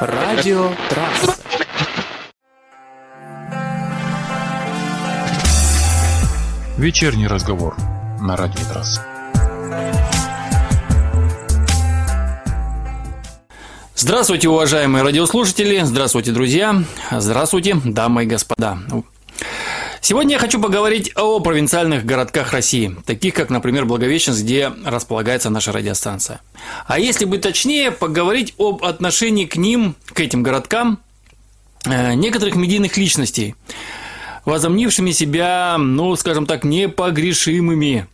Радио Трасса. Вечерний разговор на радио Трасса. Здравствуйте, уважаемые радиослушатели, здравствуйте, друзья, здравствуйте, дамы и господа. Сегодня я хочу поговорить о провинциальных городках России, таких как, например, Благовещенск, где располагается наша радиостанция. А если быть точнее, поговорить об отношении к ним, к этим городкам, некоторых медийных личностей, возомнившими себя, скажем так, непогрешимыми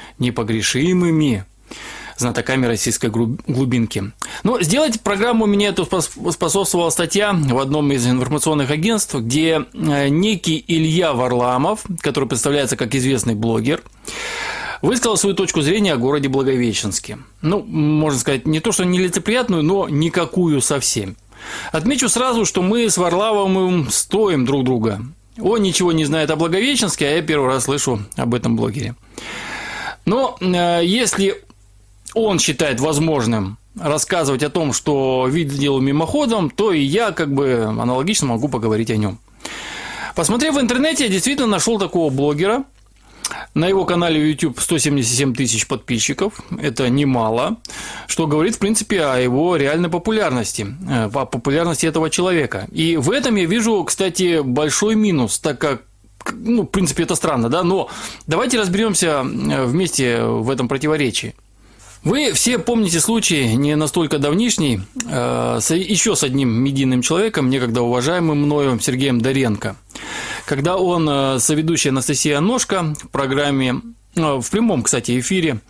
знатоками российской глубинки. Но сделать программу мне это способствовала статья в одном из информационных агентств, где некий Илья Варламов, который представляется как известный блогер, высказал свою точку зрения о городе Благовещенске. Можно сказать, не то что нелицеприятную, но никакую совсем. Отмечу сразу, что мы с Варламовым стоим друг друга. Он ничего не знает о Благовещенске, а я первый раз слышу об этом блогере. Но если он считает возможным рассказывать о том, что видел мимоходом, то и я аналогично могу поговорить о нем. Посмотрев в интернете, я действительно нашел такого блогера. На его канале YouTube 177 тысяч подписчиков. Это немало, что говорит, в принципе, о его реальной популярности, о популярности этого человека. И в этом я вижу, кстати, большой минус, так как, в принципе, это странно, да, но давайте разберемся вместе в этом противоречии. Вы все помните случай, не настолько давнишний, еще с одним медийным человеком, некогда уважаемым мною Сергеем Доренко, когда он, соведущая Анастасия Аношка в программе, в прямом, кстати, эфире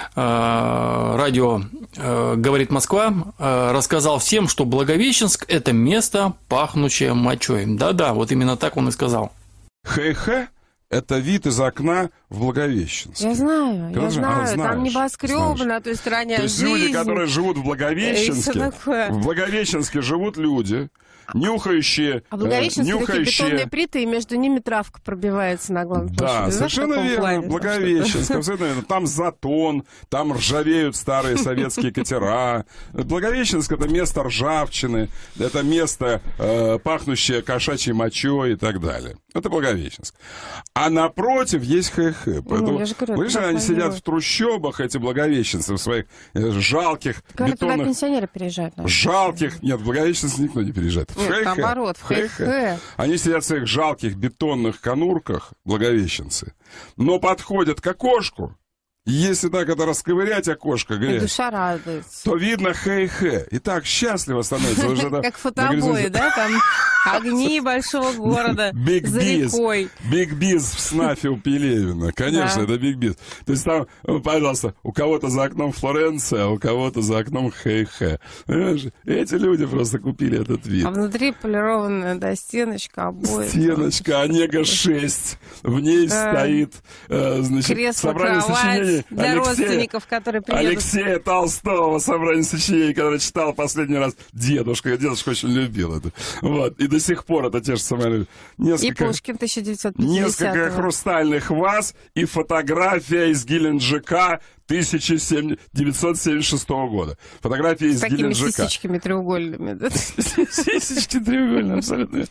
радио «Говорит Москва», рассказал всем, что Благовещенск – это место, пахнущее мочой. Да-да, вот именно так он и сказал. Хэ-хэ. Это вид из окна в Благовещенске. Я знаю. Там небоскребы на той стороне. То есть люди, которые живут в Благовещенске, в Благовещенске живут люди, нюхающие... А в Благовещенске такие бетонные плиты, и между ними травка пробивается на главном площади. Да, совершенно верно. Благовещенск, абсолютно верно. Там затон, там ржавеют старые советские катера. Благовещенск – это место ржавчины, это место, пахнущее кошачьей мочой и так далее. Это Благовещенск. А напротив есть Хэ-хэ. Поэтому, они сидят в трущобах, эти благовещенцы, в своих жалких говорят, бетонных... Туда пенсионеры переезжают. Жалких... Нет, в Благовещенск никто не переезжает. Нет, наоборот, в Хэ-хэ. Они сидят в своих жалких бетонных конурках, благовещенцы, но подходят к окошку. Если так это расковырять окошко, грязь, душа радуется, то видно Хэ-хэ. И так счастливо становится. Как фотобои, да? Там огни большого города за рекой. Биг Биз в снафе у Пелевина. Конечно, это Биг Биз. То есть там, пожалуйста, у кого-то за окном Флоренция, а у кого-то за окном Хэ-хэ. Понимаешь? Эти люди просто купили этот вид. А внутри полированная, стеночка, обои. Стеночка, Онега-6. В ней стоит, собрание сочинений для родственников, которые приедут. Алексея Толстого, собрание сочинений, который читал последний раз дедушка. Дедушка очень любил это. Вот. И до сих пор это те же самые... И Пушкин 1950-го. Несколько хрустальных ваз и фотография из Геленджика 1976 года. Фотография из Геленджика. С такими сисечками треугольными, да? Сисечки треугольные, абсолютно.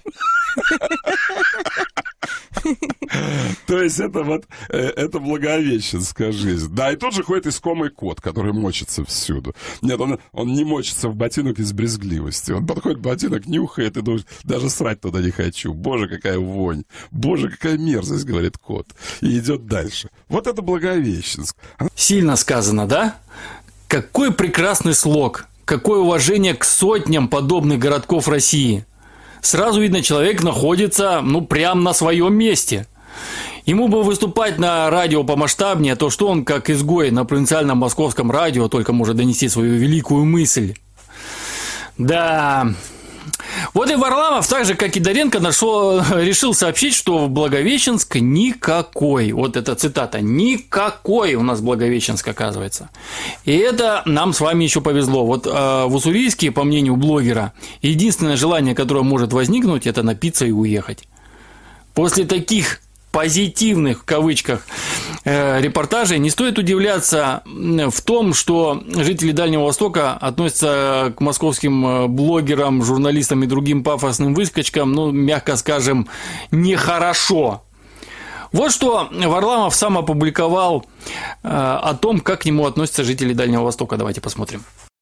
То есть это благовещенская жизнь. Да, и тут же ходит искомый кот, который мочится всюду. Нет, он не мочится в ботинок из брезгливости. Он подходит в ботинок, нюхает и думает, даже срать туда не хочу. Боже, какая вонь. Боже, какая мерзость, говорит кот. И идет дальше. Вот это Благовещенск. Сильно сказано, да? Какой прекрасный слог. Какое уважение к сотням подобных городков России. Сразу видно, человек находится, прямо на своем месте. Ему бы выступать на радио помасштабнее, то что он, как изгой на провинциальном московском радио, только может донести свою великую мысль. Да. Вот и Варламов, так же, как и Доренко, решил сообщить, что в Благовещенск никакой, вот эта цитата, никакой у нас Благовещенск, оказывается. И это нам с вами еще повезло. Вот в Уссурийске, по мнению блогера, единственное желание, которое может возникнуть, это напиться и уехать. После таких позитивных, в кавычках, репортажей, не стоит удивляться в том, что жители Дальнего Востока относятся к московским блогерам, журналистам и другим пафосным выскочкам, ну, мягко скажем, нехорошо. Вот что Варламов сам опубликовал о том, как к нему относятся жители Дальнего Востока. Давайте посмотрим.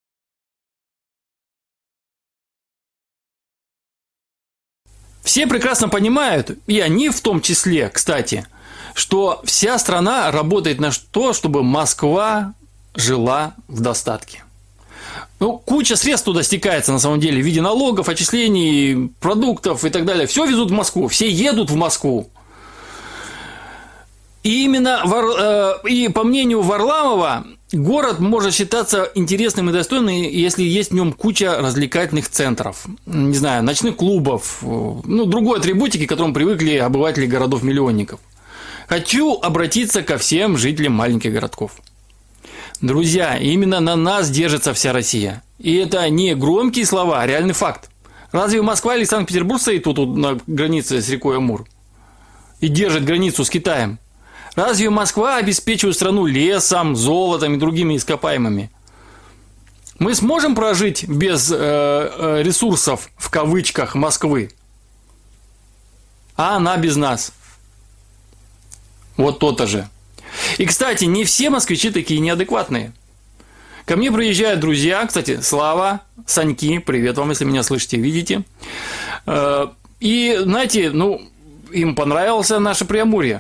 Все прекрасно понимают, и они в том числе, кстати, что вся страна работает на то, чтобы Москва жила в достатке. Ну, куча средств туда стекается, на самом деле, в виде налогов, отчислений, продуктов и так далее. Все везут в Москву, все едут в Москву. И именно, и по мнению Варламова, город может считаться интересным и достойным, если есть в нем куча развлекательных центров, не знаю, ночных клубов, ну, другой атрибутики, к которым привыкли обыватели городов-миллионников. Хочу обратиться ко всем жителям маленьких городков. Друзья, именно на нас держится вся Россия. И это не громкие слова, а реальный факт. Разве Москва или Санкт-Петербург стоит тут на границе с рекой Амур и держит границу с Китаем? Разве Москва обеспечивает страну лесом, золотом и другими ископаемыми? Мы сможем прожить без ресурсов, в кавычках, Москвы? А она без нас. Вот то-то же. И, кстати, не все москвичи такие неадекватные. Ко мне приезжают друзья, кстати, Слава, Саньки, привет вам, если меня слышите, видите. И, знаете, ну, им понравилось наше Преамурье.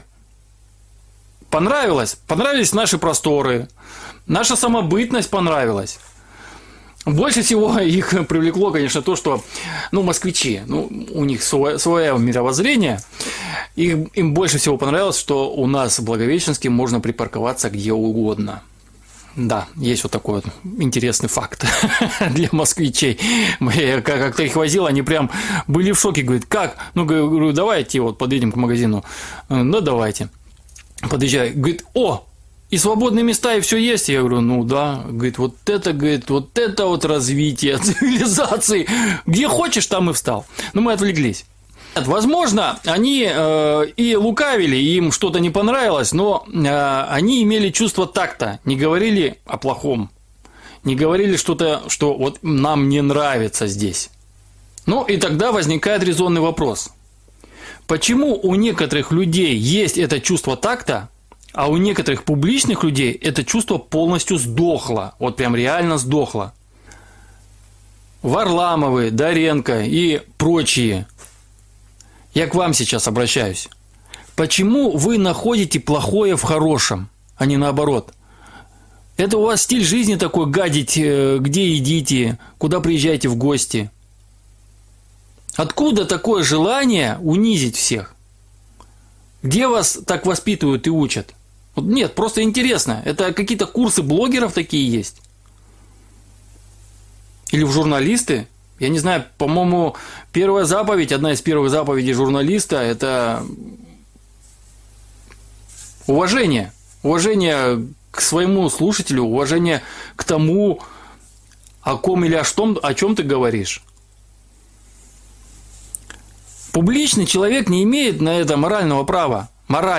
Понравились наши просторы, наша самобытность понравилась. Больше всего их привлекло, конечно, то, что, ну, москвичи, ну, у них свое мировоззрение, им больше всего понравилось, что у нас в Благовещенске можно припарковаться где угодно. Да, есть вот такой вот интересный факт для москвичей. Я как-то их возил, они прям были в шоке, говорят, как? Ну, говорю, давайте вот подъедем к магазину. Ну, давайте. Подъезжаю, говорит, о, и свободные места, и все есть. Я говорю, ну да. Говорит, вот это вот развитие цивилизации. Где хочешь, там и встал. Но мы отвлеклись. Возможно, они и лукавили, им что-то не понравилось, но они имели чувство такта, не говорили о плохом, не говорили что-то, что вот нам не нравится здесь. Ну и тогда возникает резонный вопрос. Почему у некоторых людей есть это чувство такта, а у некоторых публичных людей это чувство полностью сдохло, вот прям реально сдохло? Варламовы, Доренко и прочие. Я к вам сейчас обращаюсь. Почему вы находите плохое в хорошем, а не наоборот? Это у вас стиль жизни такой, гадить, где едите, куда приезжаете в гости. Откуда такое желание унизить всех? Где вас так воспитывают и учат? Вот нет, просто интересно. Это какие-то курсы блогеров такие есть? Или в журналисты? Я не знаю, по-моему, первая заповедь, одна из первых заповедей журналиста – это уважение. Уважение к своему слушателю, уважение к тому, о ком или о чем ты говоришь. Публичный человек не имеет на это морального права.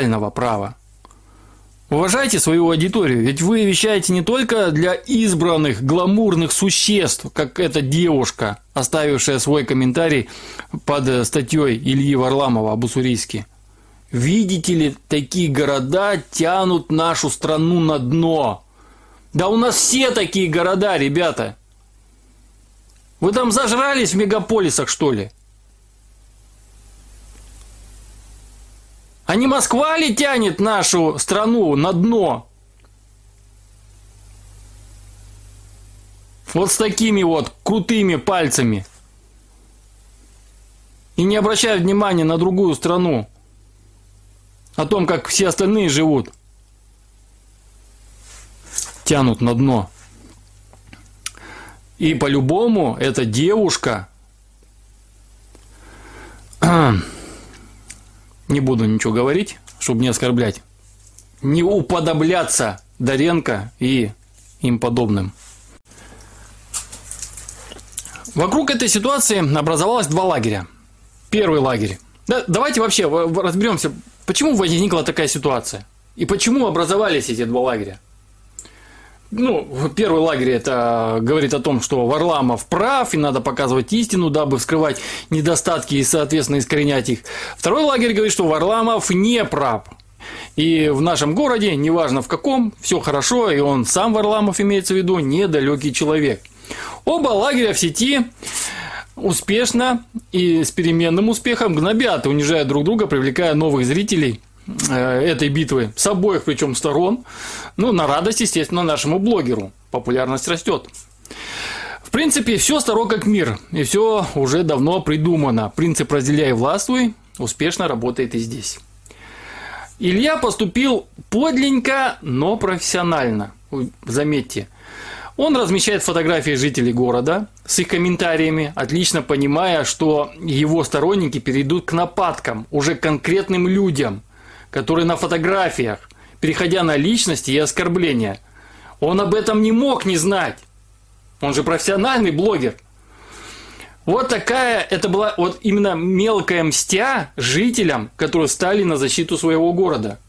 Уважайте свою аудиторию, ведь вы вещаете не только для избранных гламурных существ, как эта девушка, оставившая свой комментарий под статьей Ильи Варламова об Уссурийске. Видите ли, такие города тянут нашу страну на дно. Да у нас все такие города, ребята. Вы там зажрались в мегаполисах, что ли? А не Москва ли тянет нашу страну на дно? Вот с такими вот крутыми пальцами. И не обращая внимания на другую страну. О том, как все остальные живут. Тянут на дно. И по-любому эта девушка... Не буду ничего говорить, чтобы не оскорблять. Не уподобляться Доренко и им подобным. Вокруг этой ситуации образовалось два лагеря. Первый лагерь Да, давайте вообще разберемся, почему возникла такая ситуация и почему образовались эти два лагеря. Ну, первый лагерь это говорит о том, что Варламов прав и надо показывать истину, дабы вскрывать недостатки и, соответственно, искоренять их. Второй лагерь говорит, что Варламов не прав. И в нашем городе, неважно в каком, все хорошо, и он сам, Варламов, имеется в виду, недалекий человек. Оба лагеря в сети успешно и с переменным успехом гнобят и унижают друг друга, привлекая новых зрителей этой битвы с обоих, причем сторон. Ну, на радость, естественно, нашему блогеру. Популярность растет. В принципе, все старо как мир, и все уже давно придумано. Принцип «разделяй и властвуй» успешно работает и здесь. Илья поступил подленько, но профессионально. Заметьте, он размещает фотографии жителей города с их комментариями, отлично понимая, что его сторонники перейдут к нападкам уже конкретным людям, которые на фотографиях, переходя на личности и оскорбления. Он об этом не мог не знать. Он же профессиональный блогер. Вот такая, это была вот именно мелкая мстя жителям, которые стали на защиту своего города.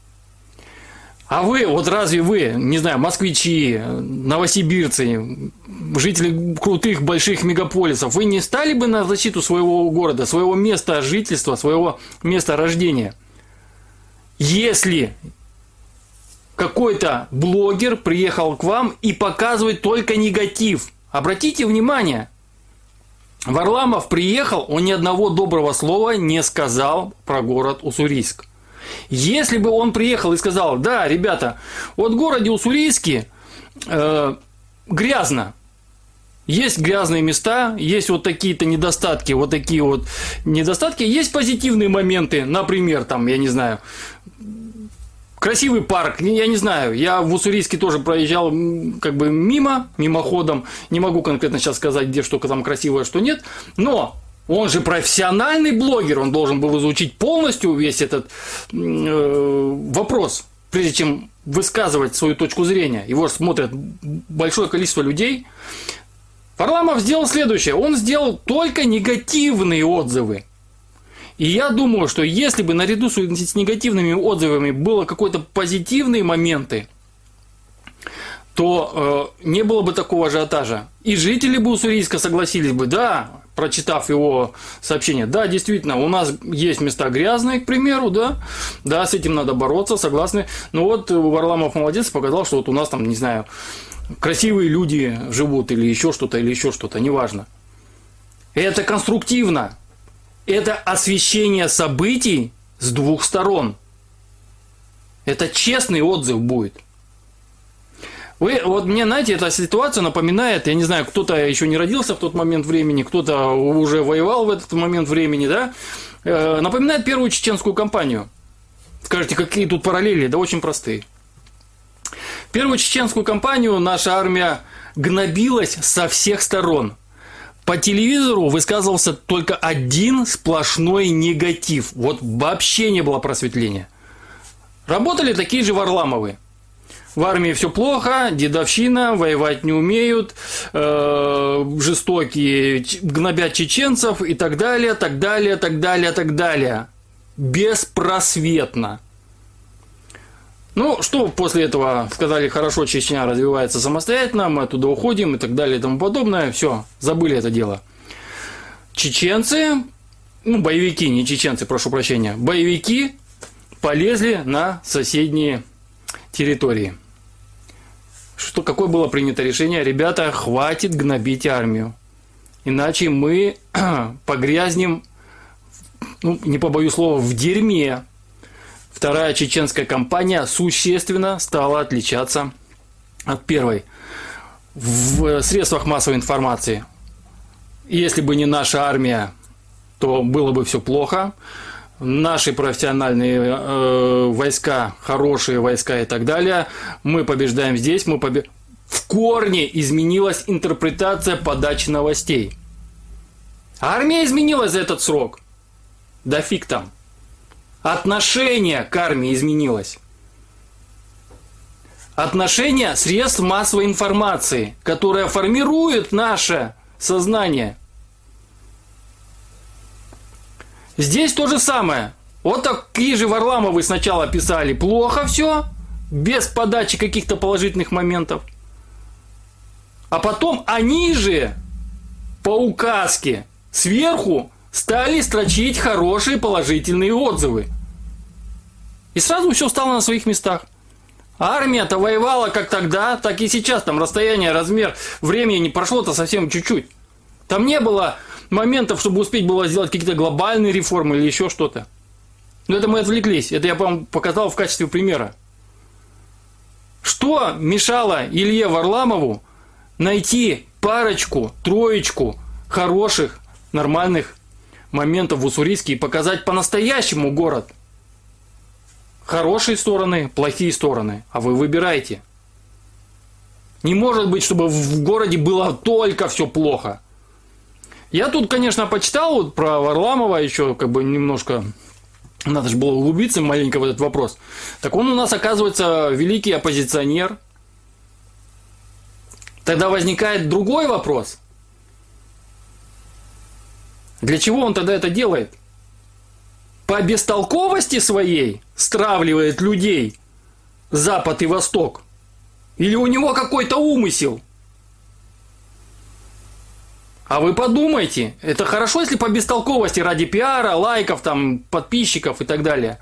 А вы, вот разве вы, не знаю, москвичи, новосибирцы, жители крутых больших мегаполисов, вы не стали бы на защиту своего города, своего места жительства, своего места рождения? Если какой-то блогер приехал к вам и показывает только негатив. Обратите внимание, Варламов приехал, он ни одного доброго слова не сказал про город Уссурийск. Если бы он приехал и сказал: да, ребята, вот в городе Уссурийске грязно, есть грязные места, есть вот такие-то недостатки, вот такие вот недостатки, есть позитивные моменты, например, там, я не знаю, красивый парк, я не знаю, я в Уссурийске тоже проезжал как бы мимоходом, не могу конкретно сейчас сказать, где что там красивое, что нет, но он же профессиональный блогер, он должен был изучить полностью весь этот вопрос, прежде чем высказывать свою точку зрения. Его смотрят большое количество людей. Варламов сделал следующее, он сделал только негативные отзывы. И я думаю, что если бы наряду с негативными отзывами было какие-то позитивные моменты, то не было бы такого ажиотажа. И жители бы Уссурийска согласились бы, да, прочитав его сообщение, да, действительно, у нас есть места грязные, к примеру, да, с этим надо бороться, согласны. Но вот Варламов молодец, показал, что вот у нас там, не знаю, красивые люди живут или еще что-то, неважно. Это конструктивно. Это освещение событий с двух сторон. Это честный отзыв будет. Вот мне, знаете, эта ситуация напоминает, я не знаю, кто-то еще не родился в тот момент времени, кто-то уже воевал в этот момент времени, да, напоминает первую чеченскую кампанию. Скажете, какие тут параллели? Да очень простые. Первую чеченскую кампанию наша армия гнобилась со всех сторон. По телевизору высказывался только один сплошной негатив. Вот вообще не было просветления. Работали такие же Варламовы. В армии все плохо, дедовщина, воевать не умеют, жестокие, гнобят чеченцев и так далее, так далее, так далее, так далее. Беспросветно. Ну, что после этого сказали: хорошо, Чечня развивается самостоятельно, мы оттуда уходим и так далее и тому подобное. Все, забыли это дело. Чеченцы, боевики, не чеченцы, прошу прощения, боевики полезли на соседние территории. Какое было принято решение? Ребята, хватит гнобить армию. Иначе мы погрязнем, не побоюсь слова, в дерьме. Вторая чеченская кампания существенно стала отличаться от первой. В средствах массовой информации, если бы не наша армия, то было бы все плохо. Наши профессиональные войска, хорошие войска и так далее, мы побеждаем здесь, в корне изменилась интерпретация подачи новостей. Армия изменилась за этот срок. Да фиг там. Отношение к армии изменилось. Отношение средств массовой информации, которое формирует наше сознание. Здесь то же самое. Вот такие же Варламовы сначала писали плохо все, без подачи каких-то положительных моментов. А потом они же по указке сверху стали строчить хорошие положительные отзывы. И сразу все стало на своих местах. Армия-то воевала как тогда, так и сейчас. Там расстояние, размер, времени не прошло-то совсем чуть-чуть. Там не было моментов, чтобы успеть было сделать какие-то глобальные реформы или еще что-то. Но это мы отвлеклись. Это я вам показал в качестве примера. Что мешало Илье Варламову найти парочку, троечку хороших, нормальных моментов в Уссурийске и показать по-настоящему город? Хорошие стороны, плохие стороны. А вы выбирайте. Не может быть, чтобы в городе было только все плохо. Я тут, конечно, почитал вот про Варламова еще, как бы немножко, надо же было углубиться маленько в этот вопрос. Так он у нас, оказывается, великий оппозиционер. Тогда возникает другой вопрос. Для чего он тогда это делает? По бестолковости своей стравливает людей Запад и Восток? Или у него какой-то умысел? А вы подумайте, это хорошо, если по бестолковости ради пиара, лайков, там, подписчиков и так далее.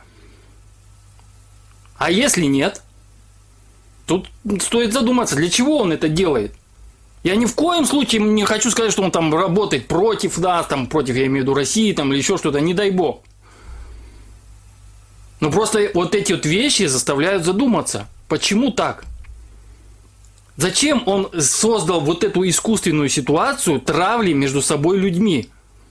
А если нет? Тут стоит задуматься, для чего он это делает. Я ни в коем случае не хочу сказать, что он там работает против нас, там, против, я имею в виду, России, там, или еще что-то, не дай бог. Но просто вот эти вот вещи заставляют задуматься, почему так? Зачем он создал вот эту искусственную ситуацию травли между собой людьми?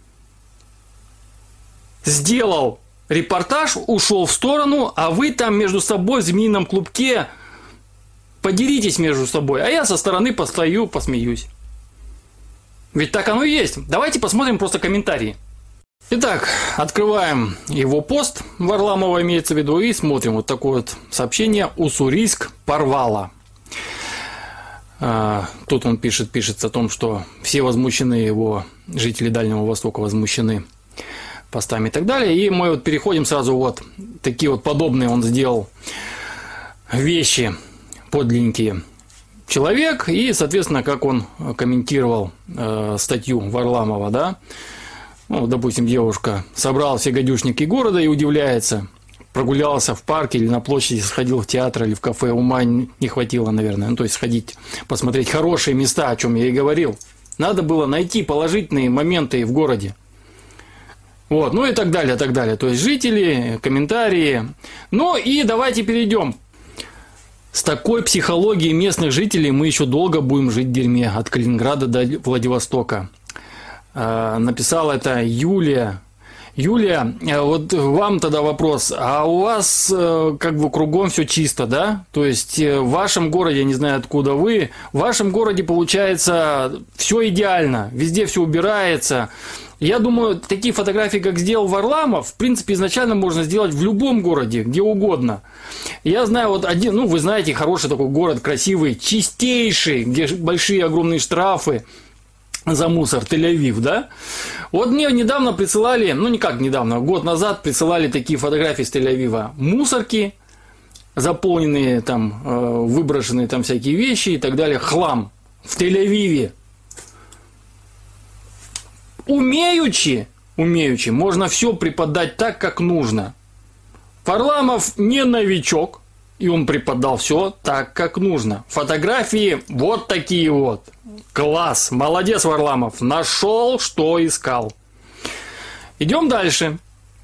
Сделал репортаж, ушел в сторону, а вы там между собой в змеином клубке подеритесь между собой, а я со стороны постою, посмеюсь. Ведь так оно и есть. Давайте посмотрим просто комментарии. Итак, открываем его пост, Варламова имеется в виду, и смотрим вот такое вот сообщение. Уссурийск порвало. Тут он пишется о том, что все возмущены, его жители Дальнего Востока возмущены постами и так далее. И мы вот переходим сразу вот такие вот подобные он сделал вещи подлинненькие. Человек и, соответственно, как он комментировал статью Варламова, да. Ну, допустим, девушка собрала все гадюшники города и удивляется. Прогулялся в парке или на площади, сходил в театр или в кафе, ума не хватило, наверное. Ну, то есть сходить, посмотреть хорошие места, о чем я и говорил. Надо было найти положительные моменты в городе. Вот, ну и так далее, так далее. То есть жители, комментарии. Ну и давайте перейдем. С такой психологией местных жителей мы еще долго будем жить в дерьме. От Калининграда до Владивостока. Написала это Юлия. Юлия, вот вам тогда вопрос, а у вас как бы кругом все чисто, да? То есть в вашем городе, я не знаю откуда вы, в вашем городе получается все идеально, везде все убирается. Я думаю, такие фотографии, как сделал Варламов, в принципе, изначально можно сделать в любом городе, где угодно. Я знаю вот один, ну вы знаете, хороший такой город, красивый, чистейший, где большие огромные штрафы за мусор, Тель-Авив, да? Вот мне недавно присылали, ну никак недавно, год назад присылали такие фотографии с Тель-Авива. Мусорки, заполненные там, выброшенные там всякие вещи и так далее. Хлам в Тель-Авиве. Умеючи, можно все преподать так, как нужно. Варламов не новичок, и он преподал все так, как нужно. Фотографии вот такие вот. Класс, молодец, Варламов, нашел, что искал. Идем дальше.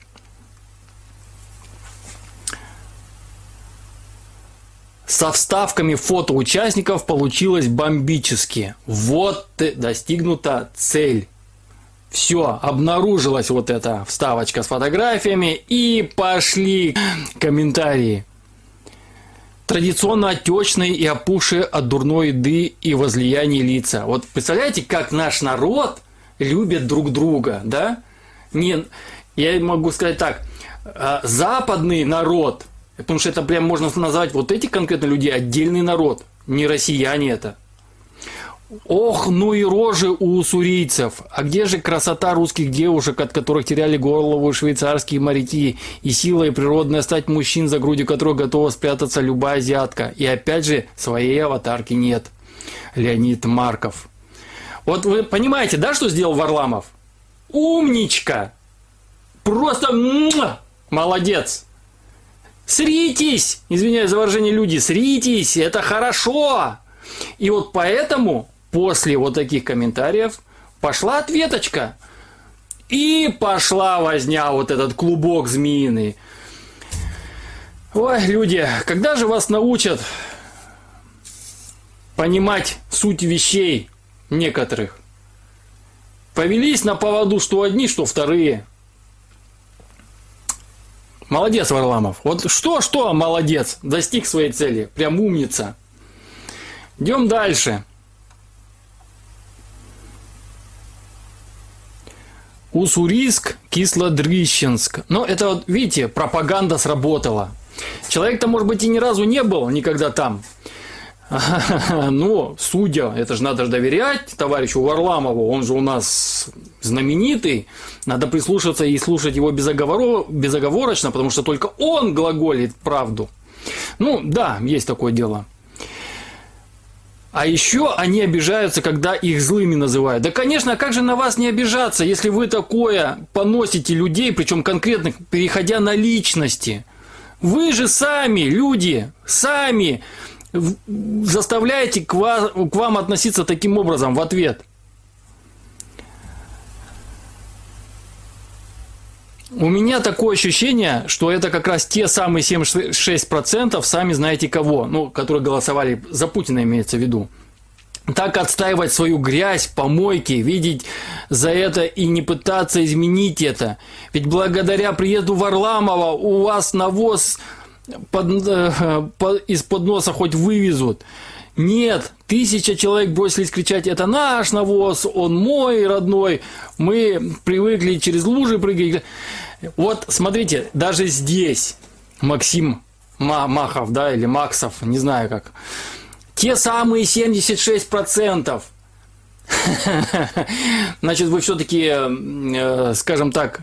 Со вставками фото участников получилось бомбически. Вот достигнута цель. Все, обнаружилась вот эта вставочка с фотографиями, и пошли комментарии. Традиционно отечные и опухшие от дурной еды и возлияний лица. Вот представляете, как наш народ любит друг друга, да? Не, я могу сказать так, западный народ, потому что это прям можно назвать вот эти конкретно люди, отдельный народ, не россияне это. Ох, ну и рожи у уссурийцев. А где же красота русских девушек, от которых теряли голову швейцарские моряки, и сила и природная стать мужчин, за грудью которых готова спрятаться любая азиатка? И опять же, своей аватарки нет. Леонид Марков. Вот вы понимаете, да, что сделал Варламов? Умничка! Просто молодец! Сритесь! Извиняюсь за выражение, люди, сритесь! Это хорошо! И вот поэтому после вот таких комментариев пошла ответочка. И пошла возня, вот этот клубок змеиный. Ой, люди, когда же вас научат понимать суть вещей некоторых? Повелись на поводу что одни, что вторые. Молодец, Варламов. Вот что, молодец. Достиг своей цели. Прям умница. Идем дальше. Уссурийск, Кислодрищенск. Но это вот, видите, пропаганда сработала. Человек-то, может быть, и ни разу не был никогда там. Но, судя, это же надо же доверять товарищу Варламову, он же у нас знаменитый, надо прислушаться и слушать его безоговорочно, потому что только он глаголит правду. Ну, да, есть такое дело. А еще они обижаются, когда их злыми называют. Да, конечно, как же на вас не обижаться, если вы такое поносите людей, причем конкретно переходя на личности. Вы же сами, люди, сами заставляете к вам относиться таким образом в ответ. У меня такое ощущение, что это как раз те самые 76%, сами знаете кого, ну, которые голосовали за Путина, имеется в виду. Так отстаивать свою грязь, помойки, видеть за это и не пытаться изменить это. Ведь благодаря приезду Варламова у вас навоз из-под носа хоть вывезут. Нет, 1000 человек бросились кричать: это наш навоз, он мой родной, мы привыкли через лужи прыгать. Вот смотрите, даже здесь Максим Махов, да, или Максов, не знаю как, те самые 76%. Значит, вы все-таки, скажем так,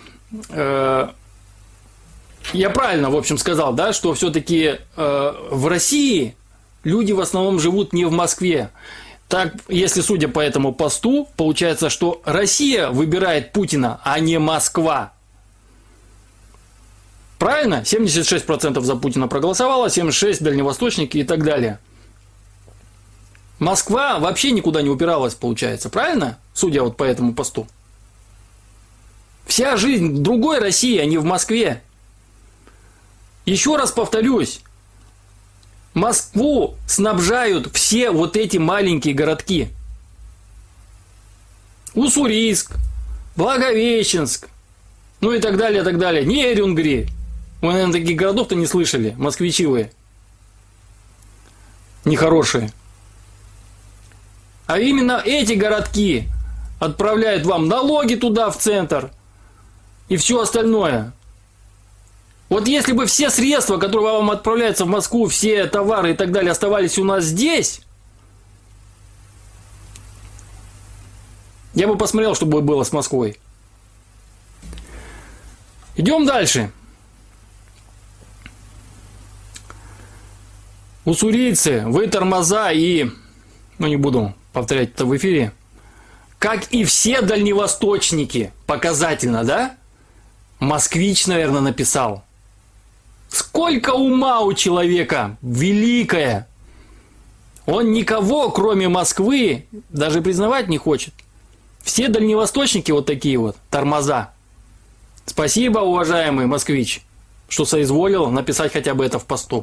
я правильно, в общем, сказал, да, что все-таки в России люди в основном живут не в Москве. Так, если судя по этому посту, получается, что Россия выбирает Путина, а не Москва. Правильно? 76% за Путина проголосовало, 76% дальневосточники и так далее. Москва вообще никуда не упиралась, получается. Правильно? Судя вот по этому посту. Вся жизнь в другой России, а не в Москве. Еще раз повторюсь. Москву снабжают все вот эти маленькие городки. Уссурийск, Благовещенск, ну и так далее, так далее. Нерюнгри. Вы, наверное, таких городов-то не слышали, москвичи вы. Нехорошие. А именно эти городки отправляют вам налоги туда, в центр, и все остальное. Вот если бы все средства, которые вам отправляются в Москву, все товары и так далее, оставались у нас здесь, я бы посмотрел, что бы было с Москвой. Идем дальше. Уссурийцы, вы тормоза и... Ну, не буду повторять это в эфире. Как и все дальневосточники. Показательно, да? Москвич, наверное, написал. Сколько ума у человека, великое. Он никого, кроме Москвы, даже признавать не хочет. Все дальневосточники вот такие вот, тормоза. Спасибо, уважаемый москвич, что соизволил написать хотя бы это в посту.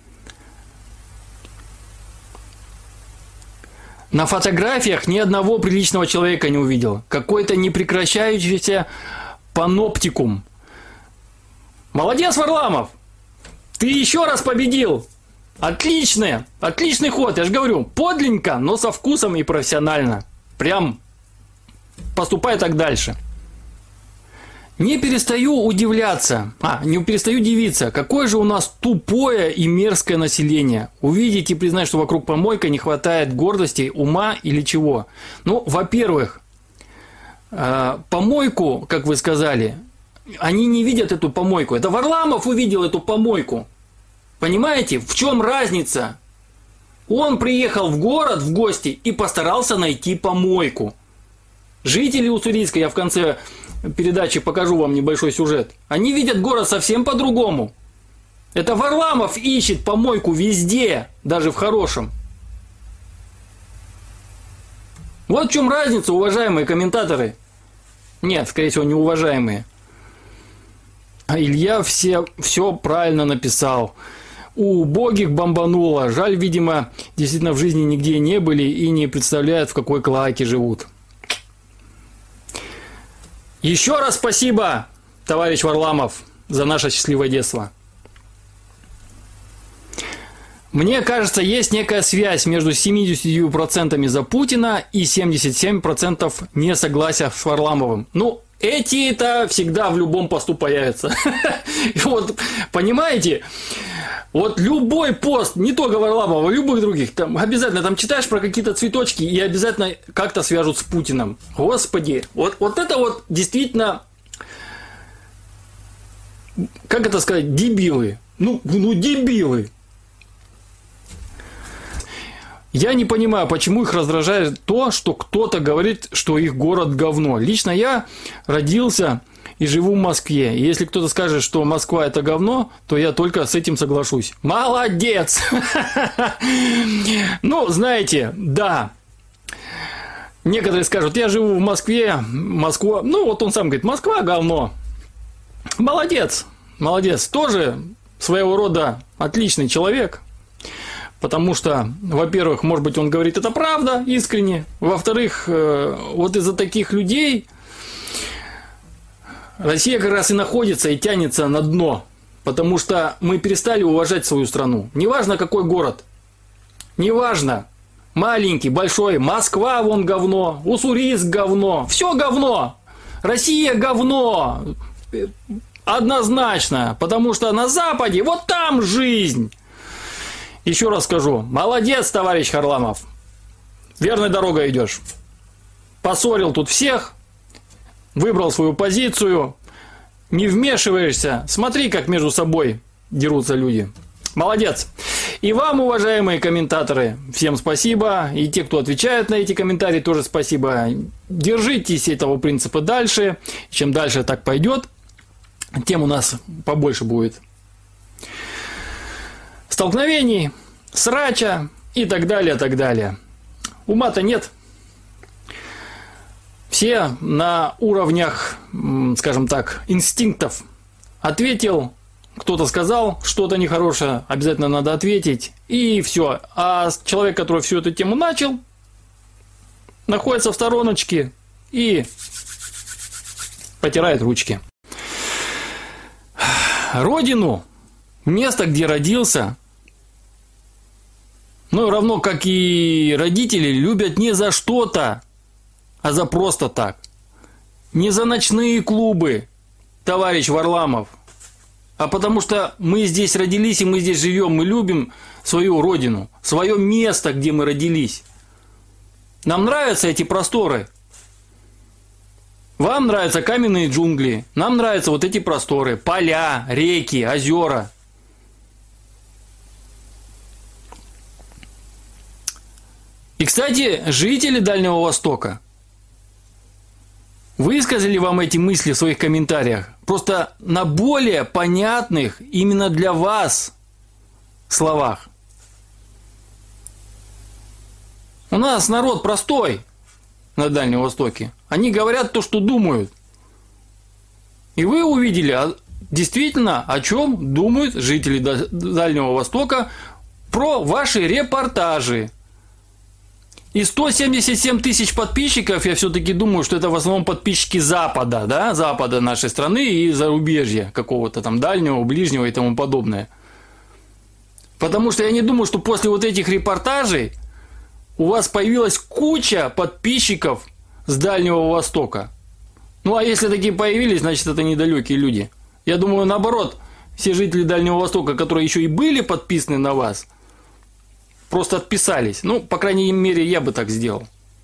На фотографиях ни одного приличного человека не увидел. Какой-то непрекращающийся паноптикум. Молодец, Варламов! Ты еще раз победил! Отличный ход, я же говорю, подлинненько, но со вкусом и профессионально. Прям поступай так дальше. Не перестаю удивиться, какое же у нас тупое и мерзкое население. Увидеть и признать, что вокруг помойка, не хватает гордости, ума или чего. Ну, во-первых, помойку, как вы сказали, они не видят эту помойку. Это Варламов увидел эту помойку. Понимаете, в чем разница? Он приехал в город в гости и постарался найти помойку. Жители Уссурийска, я в конце передачи покажу вам небольшой сюжет, они видят город совсем по-другому. Это Варламов ищет помойку везде, даже в хорошем. Вот в чем разница, уважаемые комментаторы. Нет, скорее всего, неуважаемые. А Илья все правильно написал. У убогих бомбануло. Жаль, видимо, действительно в жизни нигде не были и не представляют, в какой клоаке живут. Еще раз спасибо, товарищ Варламов, за наше счастливое детство. Мне кажется, есть некая связь между 70% за Путина и 77% несогласия с Варламовым. Ну, эти-то всегда в любом посту появятся. Вот, понимаете, вот любой пост, не только Варламова, любых других, там обязательно там читаешь про какие-то цветочки и обязательно как-то свяжут с Путиным. Господи, вот это вот действительно, как это сказать, дебилы. Ну дебилы. Я не понимаю, почему их раздражает то, что кто-то говорит, что их город говно. Лично я родился и живу в Москве. И если кто-то скажет, что Москва это говно, то я только с этим соглашусь. Молодец! Ну, знаете, да. Некоторые скажут, я живу в Москве, Москва... Ну, вот он сам говорит, Москва говно. Молодец, молодец. Тоже своего рода отличный человек. Потому что, во-первых, может быть, он говорит это правда, искренне. Во-вторых, вот из-за таких людей Россия как раз и находится и тянется на дно. Потому что мы перестали уважать свою страну. Неважно, какой город. Неважно. Маленький, большой. Москва вон говно. Уссурийск говно. Все говно. Россия говно. Однозначно. Потому что на Западе вот там жизнь. Еще раз скажу, молодец, товарищ Харламов, верной дорогой идешь. Поссорил тут всех, выбрал свою позицию, не вмешиваешься, смотри, как между собой дерутся люди. Молодец. И вам, уважаемые комментаторы, всем спасибо. И те, кто отвечает на эти комментарии, тоже спасибо. Держитесь этого принципа дальше. Чем дальше так пойдет, тем у нас побольше будет столкновений, срача и так далее, так далее. Ума-то нет. Все на уровнях, скажем так, инстинктов. Ответил, кто-то сказал что-то нехорошее, обязательно надо ответить, и все. А человек, который всю эту тему начал, находится в стороночке и потирает ручки. Родину, место, где родился, ну, равно как и родители, любят не за что-то, а за просто так. Не за ночные клубы, товарищ Варламов, а потому что мы здесь родились и мы здесь живем, мы любим свою родину, свое место, где мы родились. Нам нравятся эти просторы. Вам нравятся каменные джунгли, нам нравятся вот эти просторы, поля, реки, озера. И, кстати, жители Дальнего Востока высказали вам эти мысли в своих комментариях просто на более понятных именно для вас словах. У нас народ простой на Дальнем Востоке. Они говорят то, что думают. И вы увидели действительно, о чем думают жители Дальнего Востока про ваши репортажи. И 177 тысяч подписчиков, я все-таки думаю, что это в основном подписчики Запада, да, Запада нашей страны и зарубежья какого-то там дальнего, ближнего и тому подобное. Потому что я не думаю, что после вот этих репортажей у вас появилась куча подписчиков с Дальнего Востока. Ну, а если такие появились, значит, это недалекие люди. Я думаю, наоборот, все жители Дальнего Востока, которые еще и были подписаны на вас, просто отписались. Ну, по крайней мере, я бы так сделал.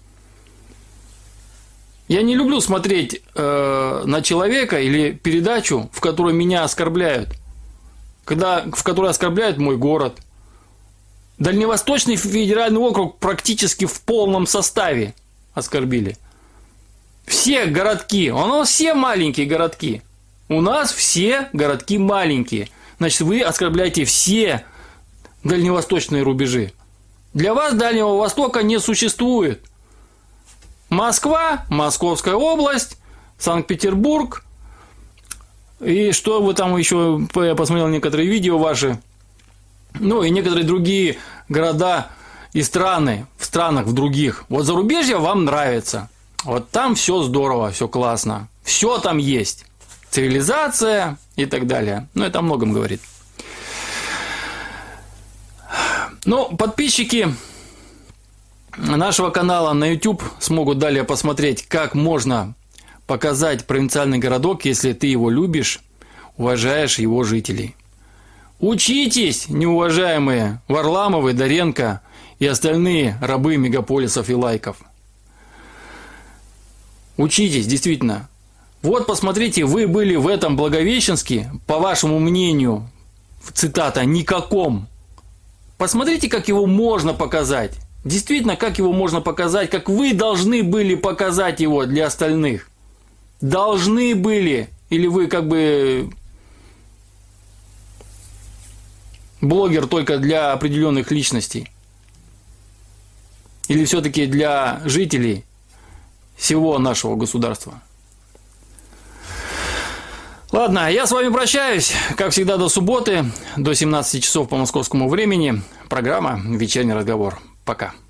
Я не люблю смотреть на человека или передачу, в которой меня оскорбляют. В которой оскорбляют мой город. Дальневосточный федеральный округ практически в полном составе оскорбили. Все городки, у нас все маленькие городки. У нас все городки маленькие. Значит, вы оскорбляете все дальневосточные рубежи. Для вас Дальнего Востока не существует. Москва, Московская область, Санкт-Петербург. И что вы там еще, я посмотрел некоторые видео ваши. Ну и некоторые другие города и страны, в странах в других. Вот зарубежье вам нравится. Вот там все здорово, все классно. Все там есть. Цивилизация и так далее. Ну, это о многом говорит. Ну, подписчики нашего канала на YouTube смогут далее посмотреть, как можно показать провинциальный городок, если ты его любишь, уважаешь его жителей. Учитесь, неуважаемые Варламовы, Доренко и остальные рабы мегаполисов и лайков. Учитесь, действительно. Вот, посмотрите, вы были в этом Благовещенске, по вашему мнению, цитата, никаком. Посмотрите, как его можно показать. Действительно, как его можно показать, как вы должны были показать его для остальных. Должны были. Или вы как бы блогер только для определенных личностей. Или все-таки для жителей всего нашего государства. Ладно, я с вами прощаюсь. Как всегда, до субботы, до 17 часов по московскому времени. Программа «Вечерний разговор». Пока.